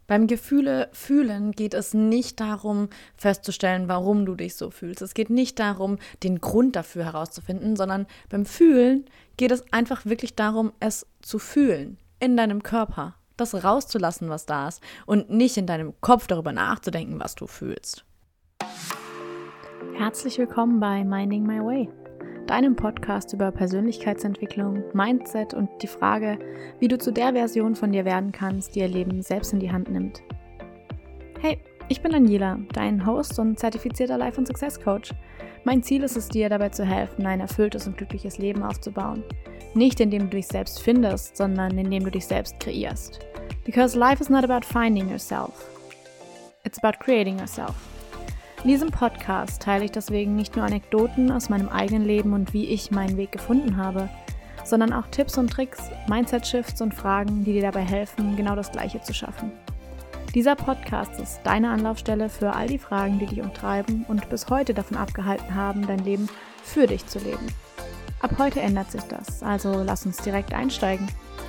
Beim Gefühle fühlen geht es nicht darum, festzustellen, warum du dich so fühlst. Es geht nicht darum, den Grund dafür herauszufinden, sondern beim Fühlen geht es einfach wirklich darum, es zu fühlen in deinem Körper, das rauszulassen, was da ist und nicht in deinem Kopf darüber nachzudenken, was du fühlst. Herzlich willkommen bei Minding My Way, deinem Podcast über Persönlichkeitsentwicklung, Mindset und die Frage, wie du zu der Version von dir werden kannst, die ihr Leben selbst in die Hand nimmt. Hey, ich bin Daniela, dein Host und zertifizierter Life- und Success Coach. Mein Ziel ist es, dir dabei zu helfen, ein erfülltes und glückliches Leben aufzubauen. Nicht indem du dich selbst findest, sondern indem du dich selbst kreierst. Because life is not about finding yourself. It's about creating yourself. In diesem Podcast teile ich deswegen nicht nur Anekdoten aus meinem eigenen Leben und wie ich meinen Weg gefunden habe, sondern auch Tipps und Tricks, Mindset-Shifts und Fragen, die dir dabei helfen, genau das Gleiche zu schaffen. Dieser Podcast ist deine Anlaufstelle für all die Fragen, die dich umtreiben und bis heute davon abgehalten haben, dein Leben für dich zu leben. Ab heute ändert sich das, also lass uns direkt einsteigen.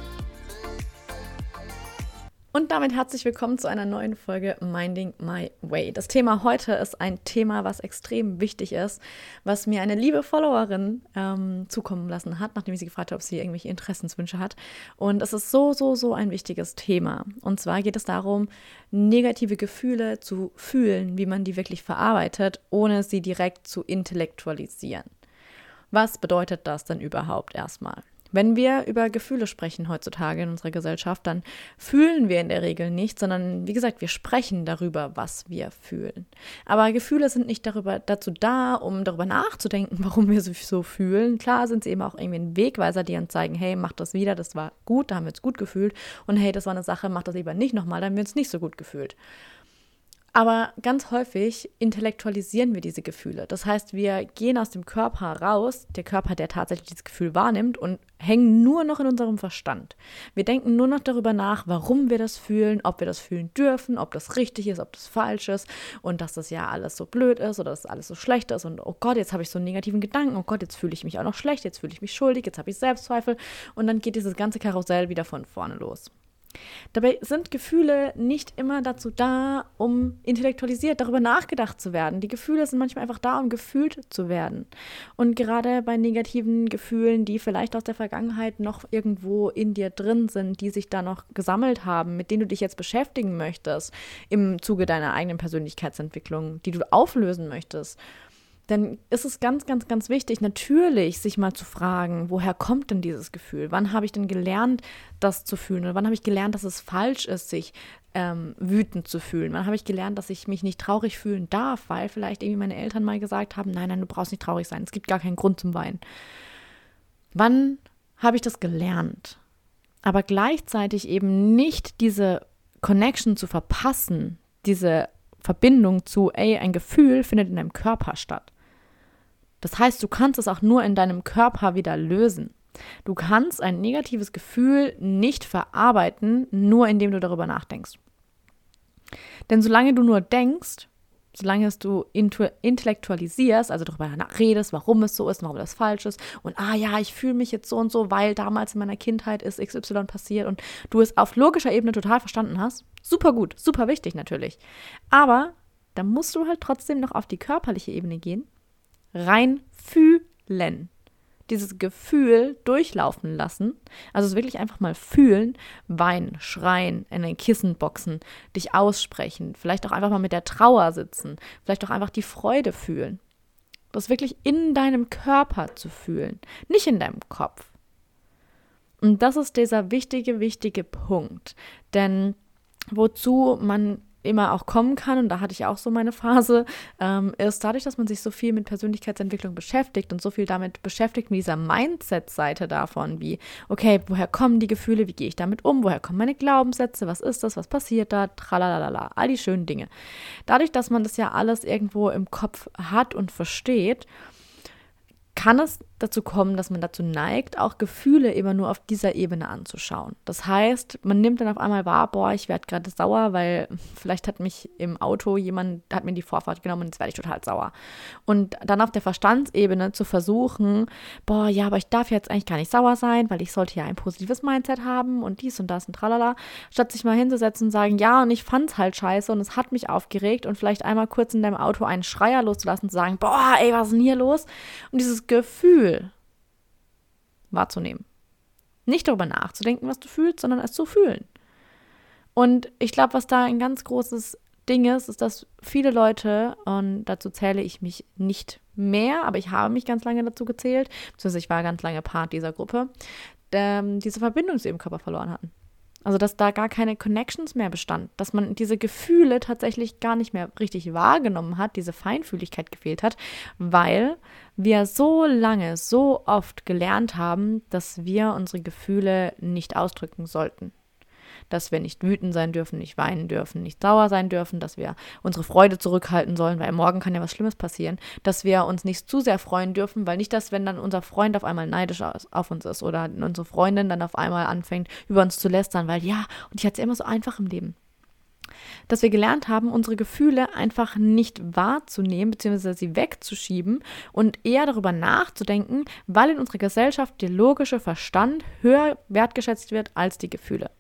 Und damit herzlich willkommen zu einer neuen Folge Minding My Way. Das Thema heute ist ein Thema, was extrem wichtig ist, was mir eine liebe Followerin zukommen lassen hat, nachdem ich sie gefragt habe, ob sie irgendwelche Interessenswünsche hat. Und es ist so ein wichtiges Thema. Und zwar geht es darum, negative Gefühle zu fühlen, wie man die wirklich verarbeitet, ohne sie direkt zu intellektualisieren. Was bedeutet das denn überhaupt erstmal? Wenn wir über Gefühle sprechen heutzutage in unserer Gesellschaft, dann fühlen wir in der Regel nicht, sondern wie gesagt, wir sprechen darüber, was wir fühlen. Aber Gefühle sind nicht dazu da, um darüber nachzudenken, warum wir so fühlen. Klar sind sie eben auch irgendwie ein Wegweiser, die uns zeigen, hey, mach das wieder, das war gut, da haben wir uns gut gefühlt. Und hey, das war eine Sache, mach das lieber nicht nochmal, da haben wir uns nicht so gut gefühlt. Aber ganz häufig intellektualisieren wir diese Gefühle. Das heißt, wir gehen aus dem Körper raus, der Körper, der tatsächlich dieses Gefühl wahrnimmt, und hängen nur noch in unserem Verstand. Wir denken nur noch darüber nach, warum wir das fühlen, ob wir das fühlen dürfen, ob das richtig ist, ob das falsch ist und dass das ja alles so blöd ist oder dass alles so schlecht ist und oh Gott, jetzt habe ich so einen negativen Gedanken, oh Gott, jetzt fühle ich mich auch noch schlecht, jetzt fühle ich mich schuldig, jetzt habe ich Selbstzweifel und dann geht dieses ganze Karussell wieder von vorne los. Dabei sind Gefühle nicht immer dazu da, um intellektualisiert, darüber nachgedacht zu werden. Die Gefühle sind manchmal einfach da, um gefühlt zu werden. Und gerade bei negativen Gefühlen, die vielleicht aus der Vergangenheit noch irgendwo in dir drin sind, die sich da noch gesammelt haben, mit denen du dich jetzt beschäftigen möchtest, im Zuge deiner eigenen Persönlichkeitsentwicklung, die du auflösen möchtest, dann ist es ganz wichtig, natürlich sich mal zu fragen, woher kommt denn dieses Gefühl? Wann habe ich denn gelernt, das zu fühlen? Oder wann habe ich gelernt, dass es falsch ist, sich wütend zu fühlen? Wann habe ich gelernt, dass ich mich nicht traurig fühlen darf, weil vielleicht irgendwie meine Eltern mal gesagt haben, nein, du brauchst nicht traurig sein, es gibt gar keinen Grund zum Weinen. Wann habe ich das gelernt? Aber gleichzeitig eben nicht diese Connection zu verpassen, diese Verbindung zu, ein Gefühl findet in deinem Körper statt. Das heißt, du kannst es auch nur in deinem Körper wieder lösen. Du kannst ein negatives Gefühl nicht verarbeiten, nur indem du darüber nachdenkst. Denn solange du nur denkst, solange du intellektualisierst, also darüber redest, warum es so ist, warum das falsch ist und ich fühle mich jetzt so und so, weil damals in meiner Kindheit ist XY passiert und du es auf logischer Ebene total verstanden hast, super gut, super wichtig natürlich. Aber da musst du halt trotzdem noch auf die körperliche Ebene gehen, rein fühlen, dieses Gefühl durchlaufen lassen, also es wirklich einfach mal fühlen, weinen, schreien, in ein Kissen boxen, dich aussprechen, vielleicht auch einfach mal mit der Trauer sitzen, vielleicht auch einfach die Freude fühlen. Das wirklich in deinem Körper zu fühlen, nicht in deinem Kopf. Und das ist dieser wichtige Punkt, denn wozu man immer auch kommen kann, und da hatte ich auch so meine Phase, ist dadurch, dass man sich so viel mit Persönlichkeitsentwicklung beschäftigt und so viel damit beschäftigt, mit dieser Mindset-Seite davon, wie, okay, woher kommen die Gefühle, wie gehe ich damit um, woher kommen meine Glaubenssätze, was ist das, was passiert da, tralalala, all die schönen Dinge. Dadurch, dass man das ja alles irgendwo im Kopf hat und versteht, kann es dazu kommen, dass man dazu neigt, auch Gefühle immer nur auf dieser Ebene anzuschauen. Das heißt, man nimmt dann auf einmal wahr, boah, ich werde gerade sauer, weil vielleicht hat mich im Auto hat mir die Vorfahrt genommen und jetzt werde ich total sauer. Und dann auf der Verstandsebene zu versuchen, boah, ja, aber ich darf jetzt eigentlich gar nicht sauer sein, weil ich sollte ja ein positives Mindset haben und dies und das und tralala, statt sich mal hinzusetzen und sagen, ja, und ich fand's halt scheiße und es hat mich aufgeregt und vielleicht einmal kurz in deinem Auto einen Schreier loszulassen und zu sagen, boah, ey, was ist denn hier los? Und dieses Gefühl wahrzunehmen. Nicht darüber nachzudenken, was du fühlst, sondern es zu fühlen. Und ich glaube, was da ein ganz großes Ding ist, dass viele Leute, und dazu zähle ich mich nicht mehr, aber ich habe mich ganz lange dazu gezählt, beziehungsweise ich war ganz lange Part dieser Gruppe, diese Verbindung zu ihrem Körper verloren hatten. Also, dass da gar keine Connections mehr bestand, dass man diese Gefühle tatsächlich gar nicht mehr richtig wahrgenommen hat, diese Feinfühligkeit gefehlt hat, weil wir so lange, so oft gelernt haben, dass wir unsere Gefühle nicht ausdrücken sollten. Dass wir nicht wütend sein dürfen, nicht weinen dürfen, nicht sauer sein dürfen, dass wir unsere Freude zurückhalten sollen, weil morgen kann ja was Schlimmes passieren, dass wir uns nicht zu sehr freuen dürfen, weil nicht, dass wenn dann unser Freund auf einmal neidisch auf uns ist oder unsere Freundin dann auf einmal anfängt, über uns zu lästern, weil ja, und ich hatte es immer so einfach im Leben. Dass wir gelernt haben, unsere Gefühle einfach nicht wahrzunehmen, beziehungsweise sie wegzuschieben und eher darüber nachzudenken, weil in unserer Gesellschaft der logische Verstand höher wertgeschätzt wird als die Gefühle.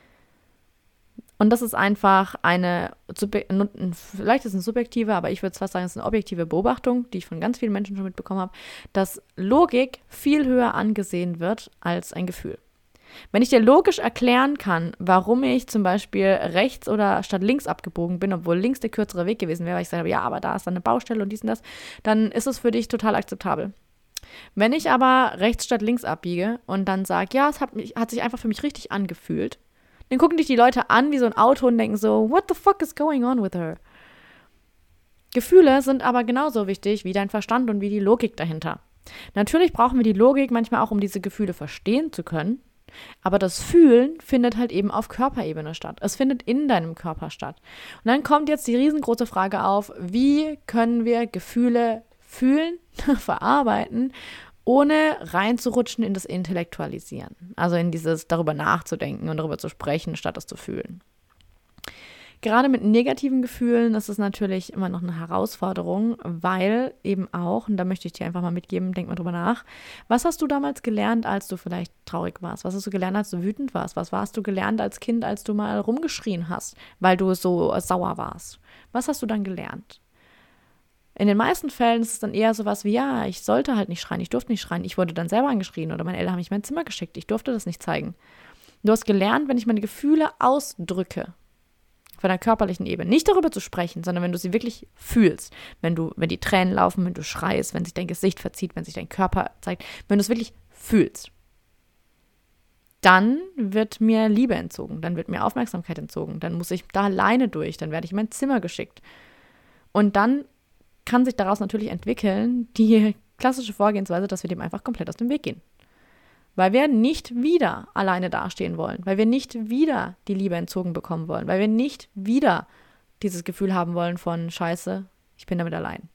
Und das ist einfach vielleicht ist es eine subjektive, aber ich würde fast sagen, es ist eine objektive Beobachtung, die ich von ganz vielen Menschen schon mitbekommen habe, dass Logik viel höher angesehen wird als ein Gefühl. Wenn ich dir logisch erklären kann, warum ich zum Beispiel rechts oder statt links abgebogen bin, obwohl links der kürzere Weg gewesen wäre, weil ich sage, ja, aber da ist dann eine Baustelle und dies und das, dann ist es für dich total akzeptabel. Wenn ich aber rechts statt links abbiege und dann sage, ja, es hat sich einfach für mich richtig angefühlt, dann gucken dich die Leute an wie so ein Auto und denken so, what the fuck is going on with her? Gefühle sind aber genauso wichtig wie dein Verstand und wie die Logik dahinter. Natürlich brauchen wir die Logik manchmal auch, um diese Gefühle verstehen zu können, aber das Fühlen findet halt eben auf Körperebene statt. Es findet in deinem Körper statt. Und dann kommt jetzt die riesengroße Frage auf, wie können wir Gefühle fühlen, verarbeiten, ohne reinzurutschen in das Intellektualisieren. Also in dieses darüber nachzudenken und darüber zu sprechen, statt es zu fühlen. Gerade mit negativen Gefühlen ist es natürlich immer noch eine Herausforderung, weil eben auch, und da möchte ich dir einfach mal mitgeben, denk mal drüber nach, was hast du damals gelernt, als du vielleicht traurig warst? Was hast du gelernt, als du wütend warst? Was hast du gelernt als Kind, als du mal rumgeschrien hast, weil du so sauer warst? Was hast du dann gelernt? In den meisten Fällen ist es dann eher sowas wie, ja, ich sollte halt nicht schreien, ich durfte nicht schreien, ich wurde dann selber angeschrien oder meine Eltern haben mich in mein Zimmer geschickt, ich durfte das nicht zeigen. Du hast gelernt, wenn ich meine Gefühle ausdrücke, auf einer körperlichen Ebene, nicht darüber zu sprechen, sondern wenn du sie wirklich fühlst, wenn die Tränen laufen, wenn du schreist, wenn sich dein Gesicht verzieht, wenn sich dein Körper zeigt, wenn du es wirklich fühlst, dann wird mir Liebe entzogen, dann wird mir Aufmerksamkeit entzogen, dann muss ich da alleine durch, dann werde ich in mein Zimmer geschickt. Und dann kann sich daraus natürlich entwickeln, die klassische Vorgehensweise, dass wir dem einfach komplett aus dem Weg gehen. Weil wir nicht wieder alleine dastehen wollen, weil wir nicht wieder die Liebe entzogen bekommen wollen, weil wir nicht wieder dieses Gefühl haben wollen von Scheiße, ich bin damit allein.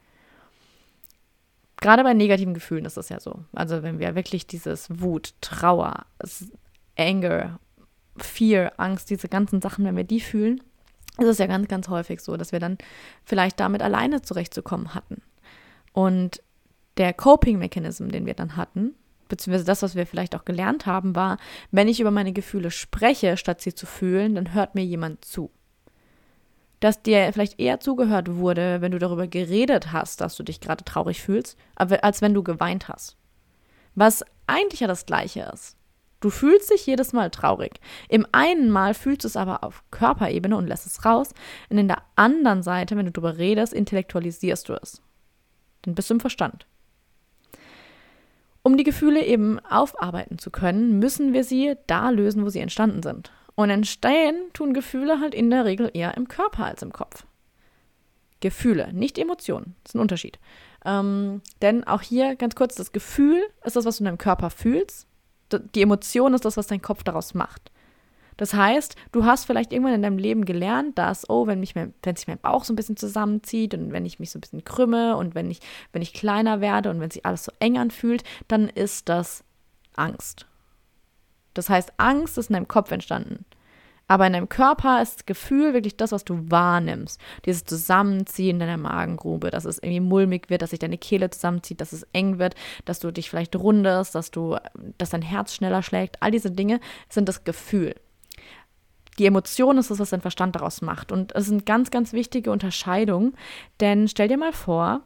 Gerade bei negativen Gefühlen ist das ja so. Also wenn wir wirklich dieses Wut, Trauer, Anger, Fear, Angst, diese ganzen Sachen, wenn wir die fühlen, ist es ja ganz, ganz häufig so, dass wir dann vielleicht damit alleine zurechtzukommen hatten. Und der Coping-Mechanism, den wir dann hatten, beziehungsweise das, was wir vielleicht auch gelernt haben, war, wenn ich über meine Gefühle spreche, statt sie zu fühlen, dann hört mir jemand zu. Dass dir vielleicht eher zugehört wurde, wenn du darüber geredet hast, dass du dich gerade traurig fühlst, als wenn du geweint hast. Was eigentlich ja das Gleiche ist. Du fühlst dich jedes Mal traurig. Im einen Mal fühlst du es aber auf Körperebene und lässt es raus. Und in der anderen Seite, wenn du darüber redest, intellektualisierst du es. Dann bist du im Verstand. Um die Gefühle eben aufarbeiten zu können, müssen wir sie da lösen, wo sie entstanden sind. Und entstehen tun Gefühle halt in der Regel eher im Körper als im Kopf. Gefühle, nicht Emotionen. Das ist ein Unterschied. Denn auch hier ganz kurz, das Gefühl ist das, was du in deinem Körper fühlst. Die Emotion ist das, was dein Kopf daraus macht. Das heißt, du hast vielleicht irgendwann in deinem Leben gelernt, dass, wenn sich mein Bauch so ein bisschen zusammenzieht und wenn ich mich so ein bisschen krümme und wenn ich kleiner werde und wenn sich alles so eng anfühlt, dann ist das Angst. Das heißt, Angst ist in deinem Kopf entstanden. Aber in deinem Körper ist das Gefühl wirklich das, was du wahrnimmst. Dieses Zusammenziehen deiner Magengrube, dass es irgendwie mulmig wird, dass sich deine Kehle zusammenzieht, dass es eng wird, dass du dich vielleicht rundest, dass dein Herz schneller schlägt. All diese Dinge sind das Gefühl. Die Emotion ist das, was dein Verstand daraus macht. Und es sind ganz, ganz wichtige Unterscheidungen. Denn stell dir mal vor,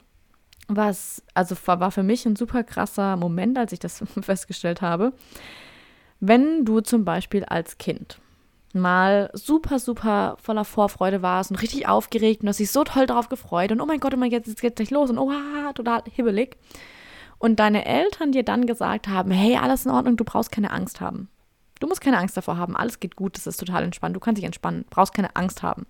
war für mich ein super krasser Moment, als ich das festgestellt habe, wenn du zum Beispiel als Kind mal super, super voller Vorfreude warst und richtig aufgeregt und hast dich so toll darauf gefreut und oh mein Gott, jetzt geht's gleich los und total hibbelig. Und deine Eltern dir dann gesagt haben, hey, alles in Ordnung, du brauchst keine Angst haben. Du musst keine Angst davor haben, alles geht gut, das ist total entspannt, du kannst dich entspannen, brauchst keine Angst haben.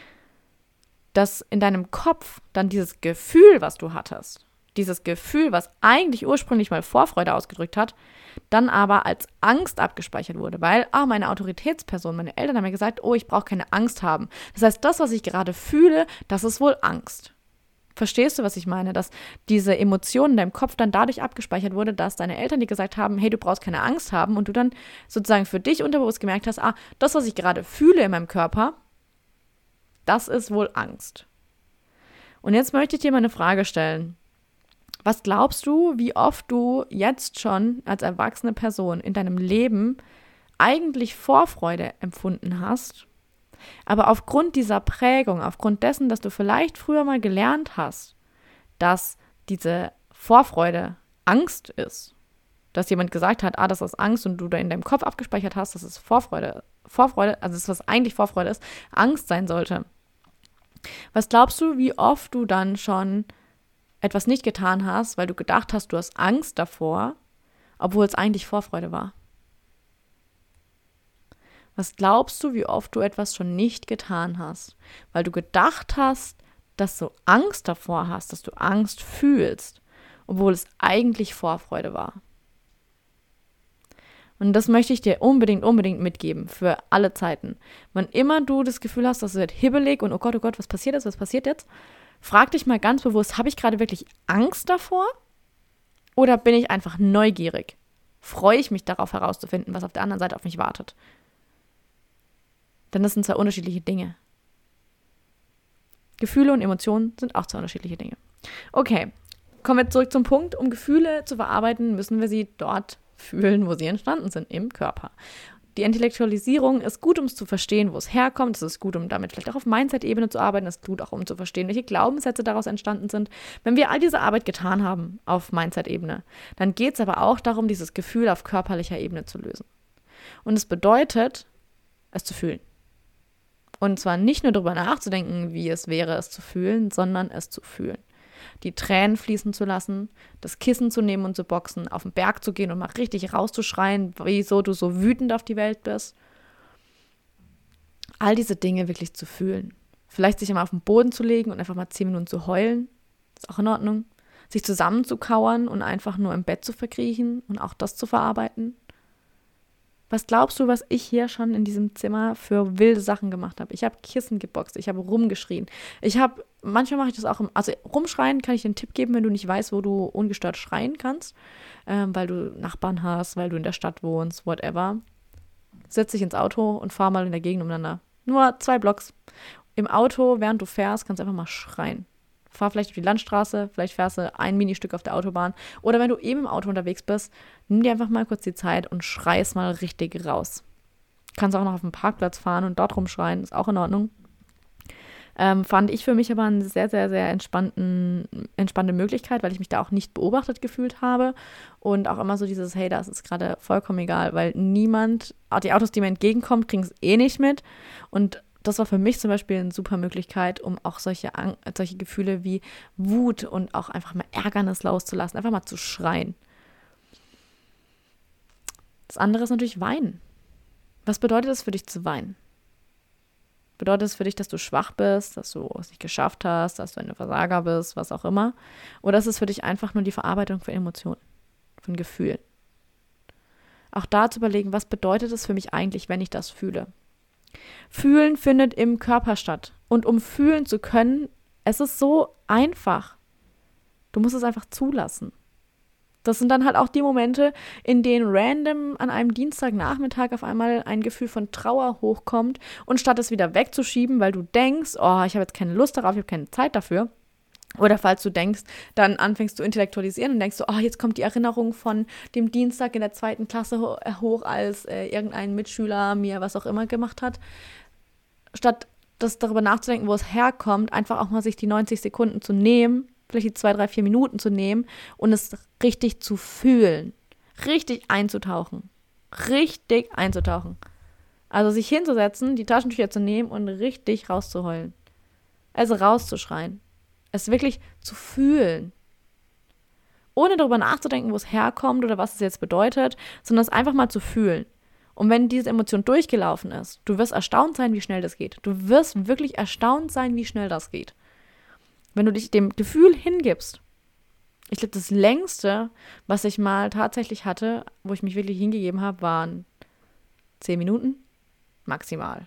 Dass in deinem Kopf dann dieses Gefühl, was du hattest, dieses Gefühl, was eigentlich ursprünglich mal Vorfreude ausgedrückt hat, dann aber als Angst abgespeichert wurde, weil, meine Autoritätsperson, meine Eltern haben mir gesagt, ich brauche keine Angst haben. Das heißt, das, was ich gerade fühle, das ist wohl Angst. Verstehst du, was ich meine? Dass diese Emotion in deinem Kopf dann dadurch abgespeichert wurde, dass deine Eltern dir gesagt haben, hey, du brauchst keine Angst haben und du dann sozusagen für dich unterbewusst gemerkt hast, das, was ich gerade fühle in meinem Körper, das ist wohl Angst. Und jetzt möchte ich dir mal eine Frage stellen. Was glaubst du, wie oft du jetzt schon als erwachsene Person in deinem Leben eigentlich Vorfreude empfunden hast, aber aufgrund dieser Prägung, aufgrund dessen, dass du vielleicht früher mal gelernt hast, dass diese Vorfreude Angst ist, dass jemand gesagt hat, das ist Angst und du da in deinem Kopf abgespeichert hast, dass es Vorfreude, also das, was eigentlich Vorfreude ist, Angst sein sollte. Was glaubst du, wie oft du dann schon etwas nicht getan hast, weil du gedacht hast, du hast Angst davor, obwohl es eigentlich Vorfreude war? Was glaubst du, wie oft du etwas schon nicht getan hast, weil du gedacht hast, dass du Angst davor hast, dass du Angst fühlst, obwohl es eigentlich Vorfreude war? Und das möchte ich dir unbedingt mitgeben für alle Zeiten. Wann immer du das Gefühl hast, dass es wird hibbelig und oh Gott, was passiert jetzt? Frag dich mal ganz bewusst, habe ich gerade wirklich Angst davor oder bin ich einfach neugierig? Freue ich mich darauf herauszufinden, was auf der anderen Seite auf mich wartet? Denn das sind zwei unterschiedliche Dinge. Gefühle und Emotionen sind auch zwei unterschiedliche Dinge. Okay, kommen wir zurück zum Punkt. Um Gefühle zu verarbeiten, müssen wir sie dort fühlen, wo sie entstanden sind, im Körper. Die Intellektualisierung ist gut, um es zu verstehen, wo es herkommt. Es ist gut, um damit vielleicht auch auf Mindset-Ebene zu arbeiten. Es ist gut, auch um zu verstehen, welche Glaubenssätze daraus entstanden sind. Wenn wir all diese Arbeit getan haben auf Mindset-Ebene, dann geht es aber auch darum, dieses Gefühl auf körperlicher Ebene zu lösen. Und es bedeutet, es zu fühlen. Und zwar nicht nur darüber nachzudenken, wie es wäre, es zu fühlen, sondern es zu fühlen. Die Tränen fließen zu lassen, das Kissen zu nehmen und zu boxen, auf den Berg zu gehen und mal richtig rauszuschreien, wieso du so wütend auf die Welt bist. All diese Dinge wirklich zu fühlen. Vielleicht sich einmal auf den Boden zu legen und einfach mal 10 Minuten zu heulen, ist auch in Ordnung. Sich zusammenzukauern und einfach nur im Bett zu verkriechen und auch das zu verarbeiten. Was glaubst du, was ich hier schon in diesem Zimmer für wilde Sachen gemacht habe? Ich habe Kissen geboxt, ich habe rumgeschrien. Manchmal mache ich das auch, rumschreien kann ich dir einen Tipp geben, wenn du nicht weißt, wo du ungestört schreien kannst, weil du Nachbarn hast, weil du in der Stadt wohnst, whatever. Setz dich ins Auto und fahr mal in der Gegend umeinander. Nur 2 Blocks. Im Auto, während du fährst, kannst du einfach mal schreien. Fahr vielleicht auf die Landstraße, vielleicht fährst du ein Ministück auf der Autobahn. Oder wenn du eben im Auto unterwegs bist, nimm dir einfach mal kurz die Zeit und schrei es mal richtig raus. Kannst auch noch auf dem Parkplatz fahren und dort rumschreien, ist auch in Ordnung. Fand ich für mich aber eine sehr, sehr, sehr entspannte Möglichkeit, weil ich mich da auch nicht beobachtet gefühlt habe und auch immer so dieses, hey, das ist gerade vollkommen egal, weil die Autos, die mir entgegenkommen, kriegen es eh nicht mit und das war für mich zum Beispiel eine super Möglichkeit, um auch solche Gefühle wie Wut und auch einfach mal Ärgernis loszulassen, einfach mal zu schreien. Das andere ist natürlich Weinen. Was bedeutet es für dich zu weinen? Bedeutet es für dich, dass du schwach bist, dass du es nicht geschafft hast, dass du ein Versager bist, was auch immer? Oder ist es für dich einfach nur die Verarbeitung von Emotionen, von Gefühlen? auch da zu überlegen, was bedeutet es für mich eigentlich, wenn ich das fühle. Fühlen findet im Körper statt. Und um fühlen zu können, es ist so einfach. Du musst es einfach zulassen. Das sind dann halt auch die Momente, in denen random an einem Dienstagnachmittag auf einmal ein Gefühl von Trauer hochkommt und statt es wieder wegzuschieben, weil du denkst, oh, ich habe jetzt keine Lust darauf, ich habe keine Zeit dafür, oder falls du denkst, dann anfängst du intellektualisieren und denkst so, oh, jetzt kommt die Erinnerung von dem Dienstag in der 2. Klasse hoch, als irgendein Mitschüler mir was auch immer gemacht hat. Statt das darüber nachzudenken, wo es herkommt, einfach auch mal sich die 90 Sekunden zu nehmen, vielleicht die 2, 3, 4 Minuten zu nehmen und es richtig zu fühlen, richtig einzutauchen. Also sich hinzusetzen, die Taschentücher zu nehmen und richtig rauszuheulen. Also rauszuschreien. Es wirklich zu fühlen. Ohne darüber nachzudenken, wo es herkommt oder was es jetzt bedeutet, sondern es einfach mal zu fühlen. Und wenn diese Emotion durchgelaufen ist, du wirst erstaunt sein, wie schnell das geht. Du wirst wirklich erstaunt sein, wie schnell das geht. Wenn du dich dem Gefühl hingibst. Ich glaube, das längste, was ich mal tatsächlich hatte, wo ich mich wirklich hingegeben habe, waren 10 Minuten. Maximal.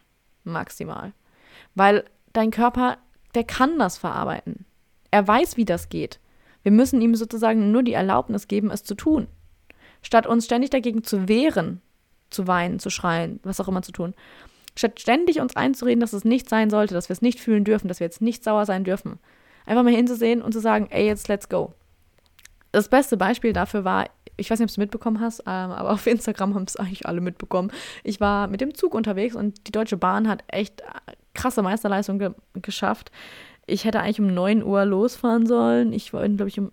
Weil dein Körper, der kann das verarbeiten. Er weiß, wie das geht. Wir müssen ihm sozusagen nur die Erlaubnis geben, es zu tun. Statt uns ständig dagegen zu wehren, zu weinen, zu schreien, was auch immer zu tun. Statt ständig uns einzureden, dass es nicht sein sollte, dass wir es nicht fühlen dürfen, dass wir jetzt nicht sauer sein dürfen. Einfach mal hinzusehen und zu sagen, ey, jetzt let's go. Das beste Beispiel dafür war, ich weiß nicht, ob du es mitbekommen hast, aber auf Instagram haben es eigentlich alle mitbekommen. Ich war mit dem Zug unterwegs und die Deutsche Bahn hat echt krasse Meisterleistung geschafft. Ich hätte eigentlich um 9 Uhr losfahren sollen. Ich war, glaube ich, um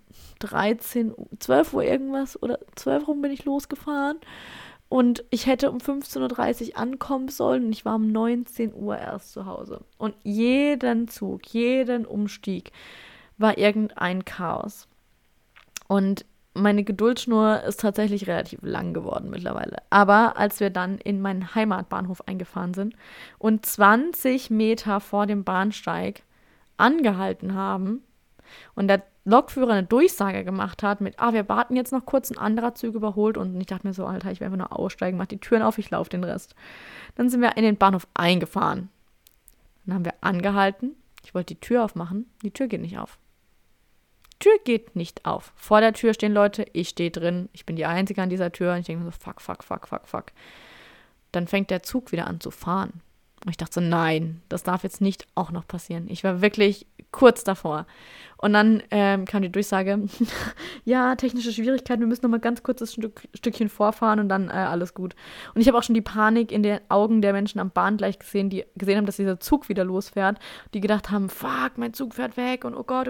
12 Uhr irgendwas oder 12 rum bin ich losgefahren. Und ich hätte um 15.30 Uhr ankommen sollen und ich war um 19 Uhr erst zu Hause. Und jeden Zug, jeden Umstieg war irgendein Chaos. Und meine Geduldsschnur ist tatsächlich relativ lang geworden mittlerweile. Aber als wir dann in meinen Heimatbahnhof eingefahren sind und 20 Meter vor dem Bahnsteig angehalten haben und der Lokführer eine Durchsage gemacht hat mit, wir warten jetzt noch kurz, ein anderer Zug überholt und ich dachte mir so, Alter, ich will einfach nur aussteigen, mach die Türen auf, ich laufe den Rest. Dann sind wir in den Bahnhof eingefahren. Dann haben wir angehalten, ich wollte die Tür aufmachen, die Tür geht nicht auf. Die Tür geht nicht auf. Vor der Tür stehen Leute, ich stehe drin, ich bin die Einzige an dieser Tür und ich denke mir so, fuck. Dann fängt der Zug wieder an zu fahren. Und ich dachte so, nein, das darf jetzt nicht auch noch passieren. Ich war wirklich kurz davor. Und dann kam die Durchsage, ja, technische Schwierigkeiten, wir müssen noch mal ganz kurz das Stückchen vorfahren und dann alles gut. Und ich habe auch schon die Panik in den Augen der Menschen am Bahngleis gesehen, die gesehen haben, dass dieser Zug wieder losfährt, die gedacht haben, fuck, mein Zug fährt weg und oh Gott.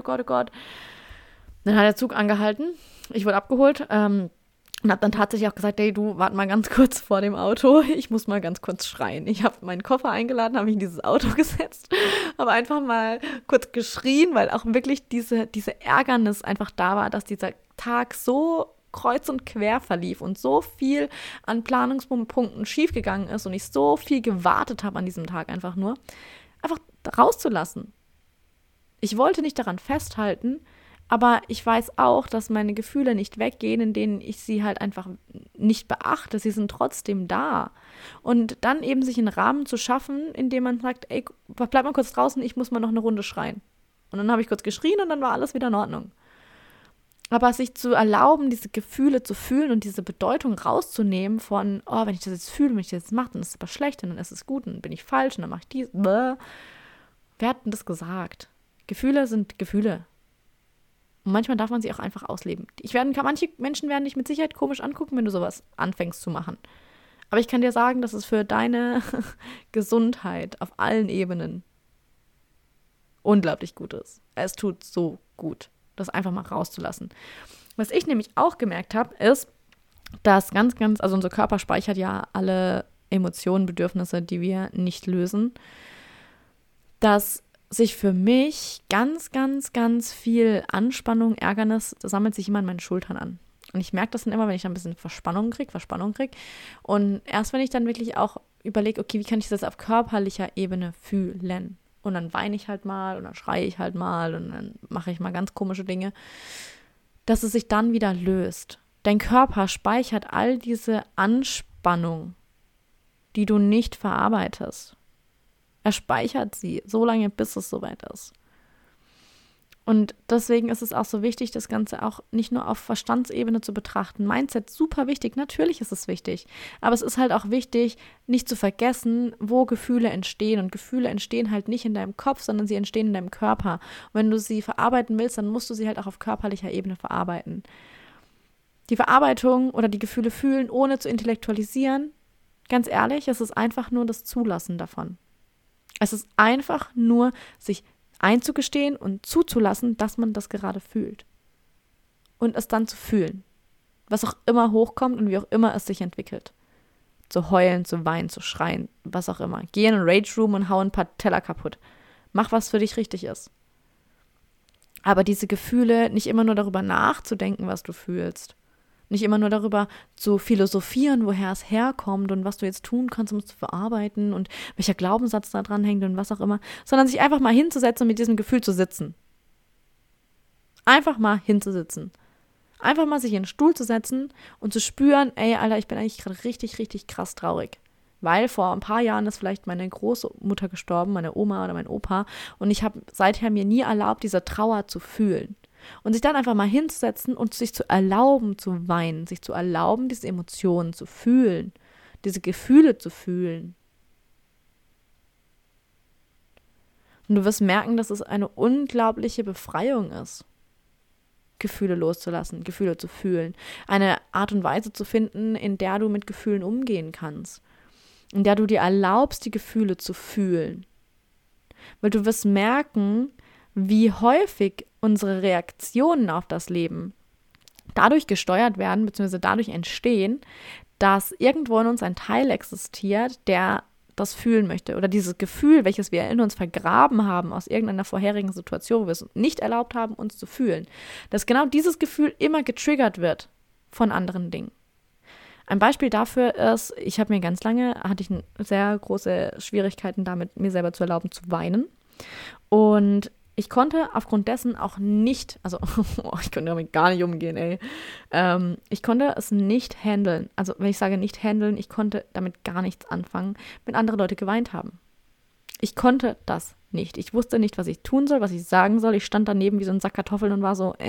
Dann hat der Zug angehalten, ich wurde abgeholt, und habe dann tatsächlich auch gesagt, hey, du, warte mal ganz kurz vor dem Auto, ich muss mal ganz kurz schreien. Ich habe meinen Koffer eingeladen, habe mich in dieses Auto gesetzt, habe einfach mal kurz geschrien, weil auch wirklich diese Ärgernis einfach da war, dass dieser Tag so kreuz und quer verlief und so viel an Planungspunkten schiefgegangen ist und ich so viel gewartet habe an diesem Tag einfach nur, einfach rauszulassen. Ich wollte nicht daran festhalten, aber ich weiß auch, dass meine Gefühle nicht weggehen, in denen ich sie halt einfach nicht beachte. Sie sind trotzdem da. Und dann eben sich einen Rahmen zu schaffen, in dem man sagt, ey, bleib mal kurz draußen, ich muss mal noch eine Runde schreien. Und dann habe ich kurz geschrien und dann war alles wieder in Ordnung. Aber sich zu erlauben, diese Gefühle zu fühlen und diese Bedeutung rauszunehmen von, wenn ich das jetzt fühle, wenn ich das jetzt mache, dann ist es aber schlecht und dann ist es gut und dann bin ich falsch und dann mache ich dies. Wer hat denn das gesagt? Gefühle sind Gefühle. Und manchmal darf man sie auch einfach ausleben. Manche Menschen werden dich mit Sicherheit komisch angucken, wenn du sowas anfängst zu machen. Aber ich kann dir sagen, dass es für deine Gesundheit auf allen Ebenen unglaublich gut ist. Es tut so gut, das einfach mal rauszulassen. Was ich nämlich auch gemerkt habe, ist, dass also unser Körper speichert ja alle Emotionen, Bedürfnisse, die wir nicht lösen, dass sich für mich ganz viel Anspannung, Ärgernis, das sammelt sich immer in meinen Schultern an. Und ich merke das dann immer, wenn ich dann ein bisschen Verspannung kriege. Und erst wenn ich dann wirklich auch überlege, okay, wie kann ich das auf körperlicher Ebene fühlen? Und dann weine ich halt mal und dann schreie ich halt mal und dann mache ich mal ganz komische Dinge, dass es sich dann wieder löst. Dein Körper speichert all diese Anspannung, die du nicht verarbeitest. Er speichert sie so lange, bis es soweit ist. Und deswegen ist es auch so wichtig, das Ganze auch nicht nur auf Verstandsebene zu betrachten. Mindset, super wichtig, natürlich ist es wichtig. Aber es ist halt auch wichtig, nicht zu vergessen, wo Gefühle entstehen. Und Gefühle entstehen halt nicht in deinem Kopf, sondern sie entstehen in deinem Körper. Und wenn du sie verarbeiten willst, dann musst du sie halt auch auf körperlicher Ebene verarbeiten. Die Verarbeitung oder die Gefühle fühlen, ohne zu intellektualisieren, ganz ehrlich, es ist einfach nur das Zulassen davon. Es ist einfach nur, sich einzugestehen und zuzulassen, dass man das gerade fühlt. Und es dann zu fühlen. Was auch immer hochkommt und wie auch immer es sich entwickelt. Zu heulen, zu weinen, zu schreien, was auch immer. Geh in einen Rage-Room und hau ein paar Teller kaputt. Mach, was für dich richtig ist. Aber diese Gefühle, nicht immer nur darüber nachzudenken, was du fühlst. Nicht immer nur darüber zu philosophieren, woher es herkommt und was du jetzt tun kannst, um es zu verarbeiten und welcher Glaubenssatz da dran hängt und was auch immer, sondern sich einfach mal hinzusetzen und mit diesem Gefühl zu sitzen. Einfach mal hinzusitzen. Einfach mal sich in den Stuhl zu setzen und zu spüren, ey, Alter, ich bin eigentlich gerade richtig, richtig krass traurig. Weil vor ein paar Jahren ist vielleicht meine Großmutter gestorben, meine Oma oder mein Opa, und ich habe seither mir nie erlaubt, diese Trauer zu fühlen. Und sich dann einfach mal hinzusetzen und sich zu erlauben zu weinen, sich zu erlauben, diese Emotionen zu fühlen, diese Gefühle zu fühlen. Und du wirst merken, dass es eine unglaubliche Befreiung ist, Gefühle loszulassen, Gefühle zu fühlen. Eine Art und Weise zu finden, in der du mit Gefühlen umgehen kannst. In der du dir erlaubst, die Gefühle zu fühlen. Weil du wirst merken, wie häufig unsere Reaktionen auf das Leben dadurch gesteuert werden, beziehungsweise dadurch entstehen, dass irgendwo in uns ein Teil existiert, der das fühlen möchte. Oder dieses Gefühl, welches wir in uns vergraben haben aus irgendeiner vorherigen Situation, wo wir es nicht erlaubt haben, uns zu fühlen. Dass genau dieses Gefühl immer getriggert wird von anderen Dingen. Ein Beispiel dafür ist, hatte ich sehr große Schwierigkeiten damit, mir selber zu erlauben, zu weinen. Und ich konnte aufgrund dessen auch nicht, ich konnte damit gar nicht umgehen, ey. Ich konnte es nicht handeln. Also wenn ich sage nicht handeln, ich konnte damit gar nichts anfangen, wenn andere Leute geweint haben. Ich konnte das nicht. Ich wusste nicht, was ich tun soll, was ich sagen soll. Ich stand daneben wie so ein Sack Kartoffeln und war so,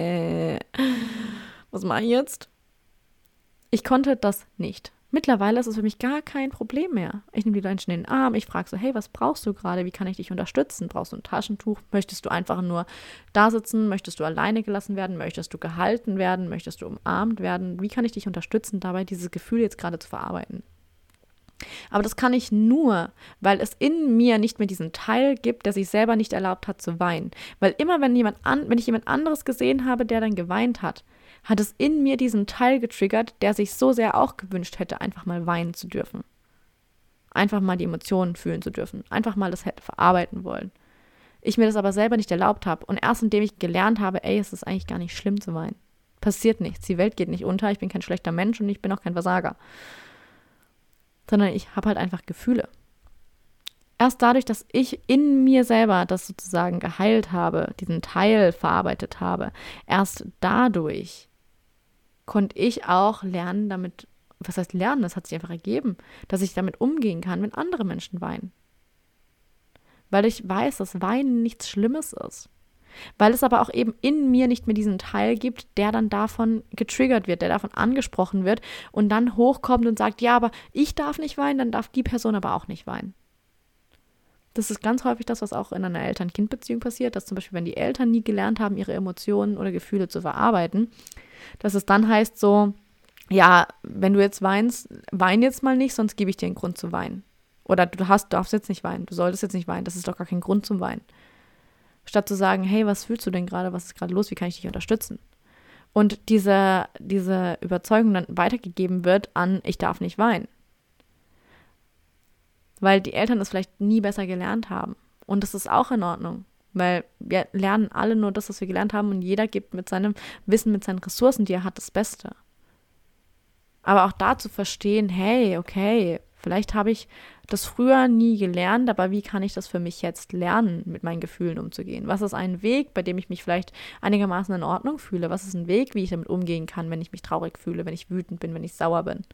was mache ich jetzt? Ich konnte das nicht. Mittlerweile ist es für mich gar kein Problem mehr. Ich nehme die Menschen in den Arm, ich frage so, hey, was brauchst du gerade? Wie kann ich dich unterstützen? Brauchst du ein Taschentuch? Möchtest du einfach nur da sitzen? Möchtest du alleine gelassen werden? Möchtest du gehalten werden? Möchtest du umarmt werden? Wie kann ich dich unterstützen, dabei dieses Gefühl jetzt gerade zu verarbeiten? Aber das kann ich nur, weil es in mir nicht mehr diesen Teil gibt, der sich selber nicht erlaubt hat zu weinen. Weil immer, wenn ich jemand anderes gesehen habe, der dann geweint hat es in mir diesen Teil getriggert, der sich so sehr auch gewünscht hätte, einfach mal weinen zu dürfen. Einfach mal die Emotionen fühlen zu dürfen. Einfach mal das hätte verarbeiten wollen. Ich mir das aber selber nicht erlaubt habe. Und erst indem ich gelernt habe, es ist eigentlich gar nicht schlimm zu weinen. Passiert nichts. Die Welt geht nicht unter. Ich bin kein schlechter Mensch und ich bin auch kein Versager. Sondern ich habe halt einfach Gefühle. Erst dadurch, dass ich in mir selber das sozusagen geheilt habe, diesen Teil verarbeitet habe, erst dadurch konnte ich auch lernen, was heißt lernen, das hat sich einfach ergeben, dass ich damit umgehen kann, wenn andere Menschen weinen. Weil ich weiß, dass Weinen nichts Schlimmes ist. Weil es aber auch eben in mir nicht mehr diesen Teil gibt, der dann davon getriggert wird, der davon angesprochen wird und dann hochkommt und sagt, ja, aber ich darf nicht weinen, dann darf die Person aber auch nicht weinen. Das ist ganz häufig das, was auch in einer Eltern-Kind-Beziehung passiert, dass zum Beispiel, wenn die Eltern nie gelernt haben, ihre Emotionen oder Gefühle zu verarbeiten, dass es dann heißt so, ja, wenn du jetzt weinst, wein jetzt mal nicht, sonst gebe ich dir einen Grund zu weinen. Oder du darfst jetzt nicht weinen, du solltest jetzt nicht weinen, das ist doch gar kein Grund zum Weinen. Statt zu sagen, hey, was fühlst du denn gerade, was ist gerade los, wie kann ich dich unterstützen? Und diese Überzeugung dann weitergegeben wird an, ich darf nicht weinen. Weil die Eltern es vielleicht nie besser gelernt haben. Und das ist auch in Ordnung. Weil wir lernen alle nur das, was wir gelernt haben und jeder gibt mit seinem Wissen, mit seinen Ressourcen, die er hat, das Beste. Aber auch da zu verstehen, hey, okay, Vielleicht habe ich das früher nie gelernt, aber wie kann ich das für mich jetzt lernen, mit meinen Gefühlen umzugehen? Was ist ein Weg, bei dem ich mich vielleicht einigermaßen in Ordnung fühle? Was ist ein Weg, wie ich damit umgehen kann, wenn ich mich traurig fühle, wenn ich wütend bin, wenn ich sauer bin?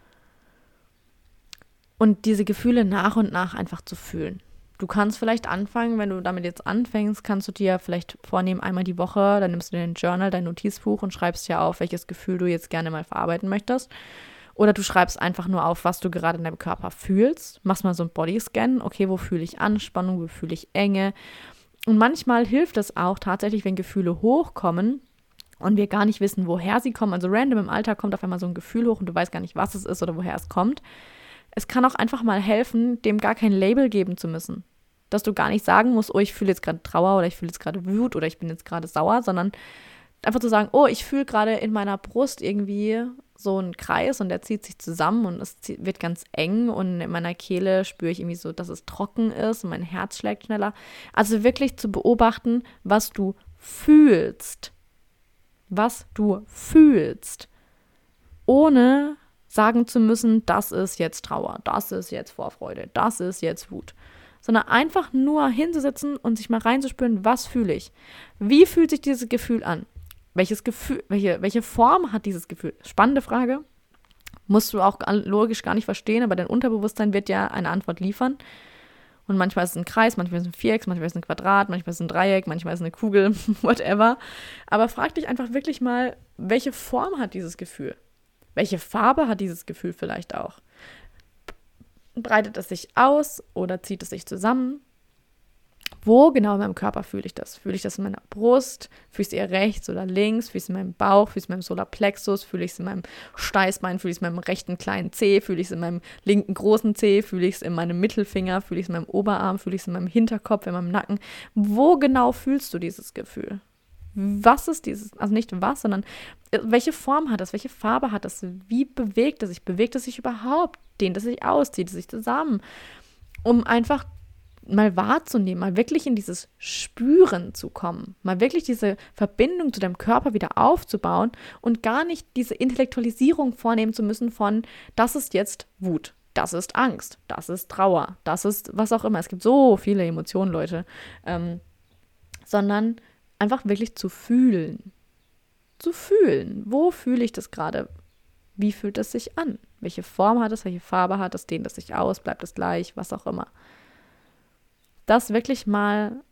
Und diese Gefühle nach und nach einfach zu fühlen. Du kannst vielleicht anfangen, wenn du damit jetzt anfängst, kannst du dir vielleicht vornehmen, einmal die Woche, dann nimmst du den Journal, dein Notizbuch und schreibst dir auf, welches Gefühl du jetzt gerne mal verarbeiten möchtest. Oder du schreibst einfach nur auf, was du gerade in deinem Körper fühlst. Machst mal so einen Bodyscan. Okay, wo fühle ich Anspannung, wo fühle ich Enge? Und manchmal hilft es auch tatsächlich, wenn Gefühle hochkommen und wir gar nicht wissen, woher sie kommen. Also random im Alltag kommt auf einmal so ein Gefühl hoch und du weißt gar nicht, was es ist oder woher es kommt. Es kann auch einfach mal helfen, dem gar kein Label geben zu müssen. Dass du gar nicht sagen musst, oh, ich fühle jetzt gerade Trauer oder ich fühle jetzt gerade Wut oder ich bin jetzt gerade sauer, sondern einfach zu sagen, oh, ich fühle gerade in meiner Brust irgendwie so einen Kreis und der zieht sich zusammen und es wird ganz eng und in meiner Kehle spüre ich irgendwie so, dass es trocken ist und mein Herz schlägt schneller. Also wirklich zu beobachten, was du fühlst. Was du fühlst. Ohne sagen zu müssen, das ist jetzt Trauer, das ist jetzt Vorfreude, das ist jetzt Wut. Sondern einfach nur hinzusitzen und sich mal reinzuspüren, was fühle ich? Wie fühlt sich dieses Gefühl an? Welches Gefühl, welche Form hat dieses Gefühl? Spannende Frage. Musst du auch logisch gar nicht verstehen, aber dein Unterbewusstsein wird ja eine Antwort liefern. Und manchmal ist es ein Kreis, manchmal ist es ein Viereck, manchmal ist es ein Quadrat, manchmal ist es ein Dreieck, manchmal ist es eine Kugel, whatever. Aber frag dich einfach wirklich mal, welche Form hat dieses Gefühl? Welche Farbe hat dieses Gefühl vielleicht auch? Breitet es sich aus oder zieht es sich zusammen? Wo genau in meinem Körper fühle ich das? Fühle ich das in meiner Brust? Fühle ich es eher rechts oder links? Fühle ich es in meinem Bauch? Fühle ich es in meinem Solarplexus? Fühle ich es in meinem Steißbein? Fühle ich es in meinem rechten kleinen Zeh? Fühle ich es in meinem linken großen Zeh? Fühle ich es in meinem Mittelfinger? Fühle ich es in meinem Oberarm? Fühle ich es in meinem Hinterkopf, in meinem Nacken? Wo genau fühlst du dieses Gefühl? Was ist dieses, also nicht was, sondern welche Form hat es, welche Farbe hat es, wie bewegt es sich, überhaupt, dehnt es sich aus, zieht es sich zusammen, um einfach mal wahrzunehmen, mal wirklich in dieses Spüren zu kommen, mal wirklich diese Verbindung zu deinem Körper wieder aufzubauen und gar nicht diese Intellektualisierung vornehmen zu müssen von, das ist jetzt Wut, das ist Angst, das ist Trauer, das ist was auch immer. Es gibt so viele Emotionen, Leute, sondern einfach wirklich zu fühlen. Zu fühlen. Wo fühle ich das gerade? Wie fühlt es sich an? Welche Form hat es? Welche Farbe hat es? Dehnt es sich aus? Bleibt es gleich? Was auch immer. Das wirklich mal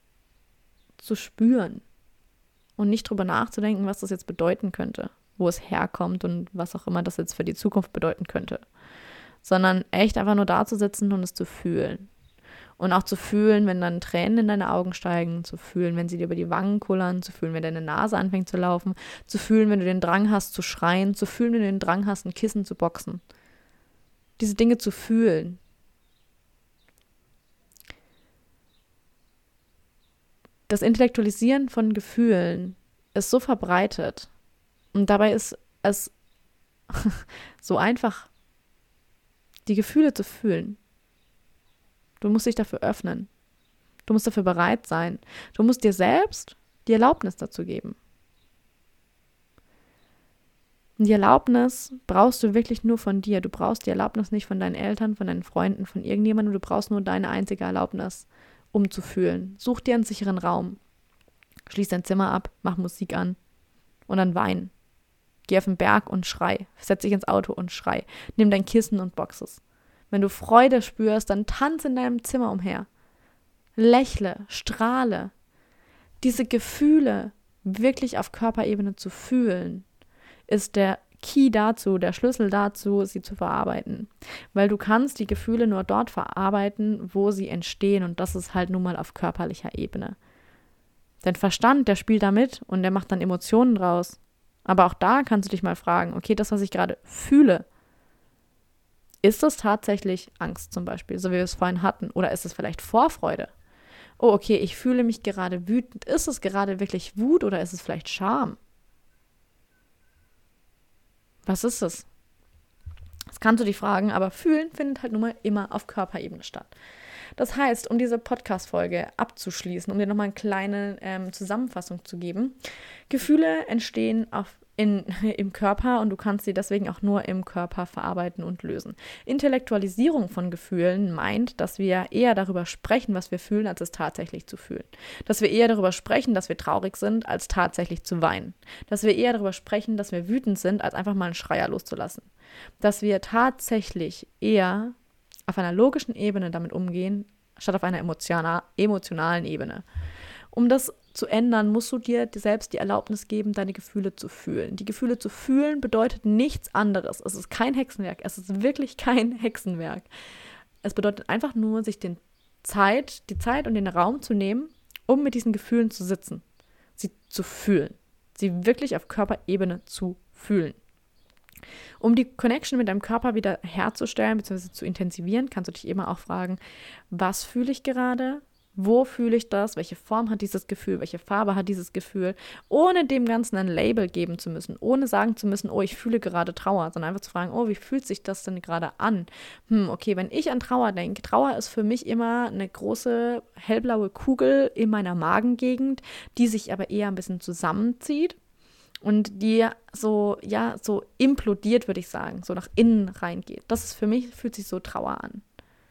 zu spüren und nicht drüber nachzudenken, was das jetzt bedeuten könnte, wo es herkommt und was auch immer das jetzt für die Zukunft bedeuten könnte. Sondern echt einfach nur da zu sitzen und es zu fühlen. Und auch zu fühlen, wenn dann Tränen in deine Augen steigen, zu fühlen, wenn sie dir über die Wangen kullern, zu fühlen, wenn deine Nase anfängt zu laufen, zu fühlen, wenn du den Drang hast zu schreien, zu fühlen, wenn du den Drang hast, ein Kissen zu boxen. Diese Dinge zu fühlen. Das Intellektualisieren von Gefühlen ist so verbreitet. Und dabei ist es so einfach, die Gefühle zu fühlen. Du musst dich dafür öffnen. Du musst dafür bereit sein. Du musst dir selbst die Erlaubnis dazu geben. Und die Erlaubnis brauchst du wirklich nur von dir. Du brauchst die Erlaubnis nicht von deinen Eltern, von deinen Freunden, von irgendjemandem. Du brauchst nur deine einzige Erlaubnis, um zu fühlen. Such dir einen sicheren Raum. Schließ dein Zimmer ab, mach Musik an und dann wein. Geh auf den Berg und schrei. Setz dich ins Auto und schrei. Nimm dein Kissen und box es. Wenn du Freude spürst, dann tanz in deinem Zimmer umher. Lächle, strahle. Diese Gefühle wirklich auf Körperebene zu fühlen, ist der Key dazu, der Schlüssel dazu, sie zu verarbeiten. Weil du kannst die Gefühle nur dort verarbeiten, wo sie entstehen und das ist halt nun mal auf körperlicher Ebene. Dein Verstand, der spielt da mit und der macht dann Emotionen draus. Aber auch da kannst du dich mal fragen, okay, das, was ich gerade fühle, ist es tatsächlich Angst zum Beispiel, so wie wir es vorhin hatten? Oder ist es vielleicht Vorfreude? Oh, okay, ich fühle mich gerade wütend. Ist es gerade wirklich Wut oder ist es vielleicht Scham? Was ist es? Das kannst du dich fragen, aber fühlen findet halt nun mal immer auf Körperebene statt. Das heißt, um diese Podcast-Folge abzuschließen, um dir nochmal eine kleine Zusammenfassung zu geben, Gefühle entstehen im Körper und du kannst sie deswegen auch nur im Körper verarbeiten und lösen. Intellektualisierung von Gefühlen meint, dass wir eher darüber sprechen, was wir fühlen, als es tatsächlich zu fühlen. Dass wir eher darüber sprechen, dass wir traurig sind, als tatsächlich zu weinen. Dass wir eher darüber sprechen, dass wir wütend sind, als einfach mal einen Schreier loszulassen. Dass wir tatsächlich eher auf einer logischen Ebene damit umgehen, statt auf einer emotionalen Ebene. Um das zu ändern, musst du dir selbst die Erlaubnis geben, deine Gefühle zu fühlen. Die Gefühle zu fühlen bedeutet nichts anderes. Es ist kein Hexenwerk. Es ist wirklich kein Hexenwerk. Es bedeutet einfach nur, sich die Zeit und den Raum zu nehmen, um mit diesen Gefühlen zu sitzen. Sie zu fühlen. Sie wirklich auf Körperebene zu fühlen. Um die Connection mit deinem Körper wieder herzustellen bzw. zu intensivieren, kannst du dich immer auch fragen, was fühle ich gerade? Wo fühle ich das? Welche Form hat dieses Gefühl? Welche Farbe hat dieses Gefühl? Ohne dem Ganzen ein Label geben zu müssen, ohne sagen zu müssen, oh, ich fühle gerade Trauer, sondern einfach zu fragen, oh, wie fühlt sich das denn gerade an? Okay, wenn ich an Trauer denke, Trauer ist für mich immer eine große hellblaue Kugel in meiner Magengegend, die sich aber eher ein bisschen zusammenzieht und die so implodiert, würde ich sagen, so nach innen reingeht. Das ist für mich, fühlt sich so Trauer an.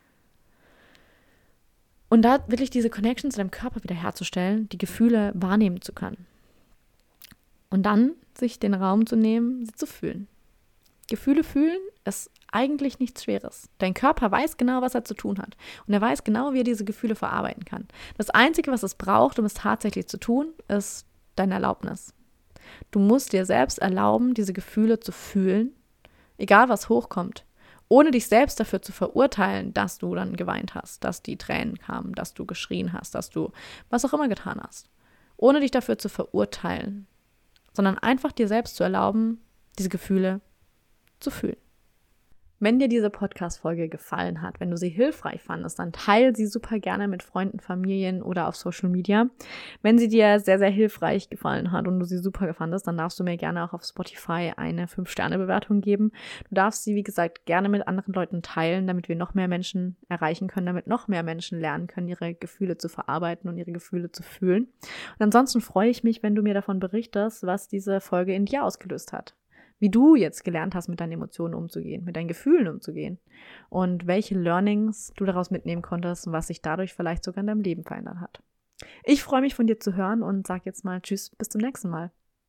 Und da wirklich diese Connection zu deinem Körper wieder herzustellen, die Gefühle wahrnehmen zu können. Und dann sich den Raum zu nehmen, sie zu fühlen. Gefühle fühlen ist eigentlich nichts Schweres. Dein Körper weiß genau, was er zu tun hat. Und er weiß genau, wie er diese Gefühle verarbeiten kann. Das Einzige, was es braucht, um es tatsächlich zu tun, ist deine Erlaubnis. Du musst dir selbst erlauben, diese Gefühle zu fühlen, egal was hochkommt. Ohne dich selbst dafür zu verurteilen, dass du dann geweint hast, dass die Tränen kamen, dass du geschrien hast, dass du was auch immer getan hast. Ohne dich dafür zu verurteilen, sondern einfach dir selbst zu erlauben, diese Gefühle zu fühlen. Wenn dir diese Podcast-Folge gefallen hat, wenn du sie hilfreich fandest, dann teile sie super gerne mit Freunden, Familien oder auf Social Media. Wenn sie dir sehr, sehr hilfreich gefallen hat und du sie super fandest, dann darfst du mir gerne auch auf Spotify eine 5-Sterne-Bewertung geben. Du darfst sie, wie gesagt, gerne mit anderen Leuten teilen, damit wir noch mehr Menschen erreichen können, damit noch mehr Menschen lernen können, ihre Gefühle zu verarbeiten und ihre Gefühle zu fühlen. Und ansonsten freue ich mich, wenn du mir davon berichtest, was diese Folge in dir ausgelöst hat. Wie du jetzt gelernt hast, mit deinen Emotionen umzugehen, mit deinen Gefühlen umzugehen und welche Learnings du daraus mitnehmen konntest und was sich dadurch vielleicht sogar in deinem Leben verändert hat. Ich freue mich, von dir zu hören und sage jetzt mal Tschüss, bis zum nächsten Mal.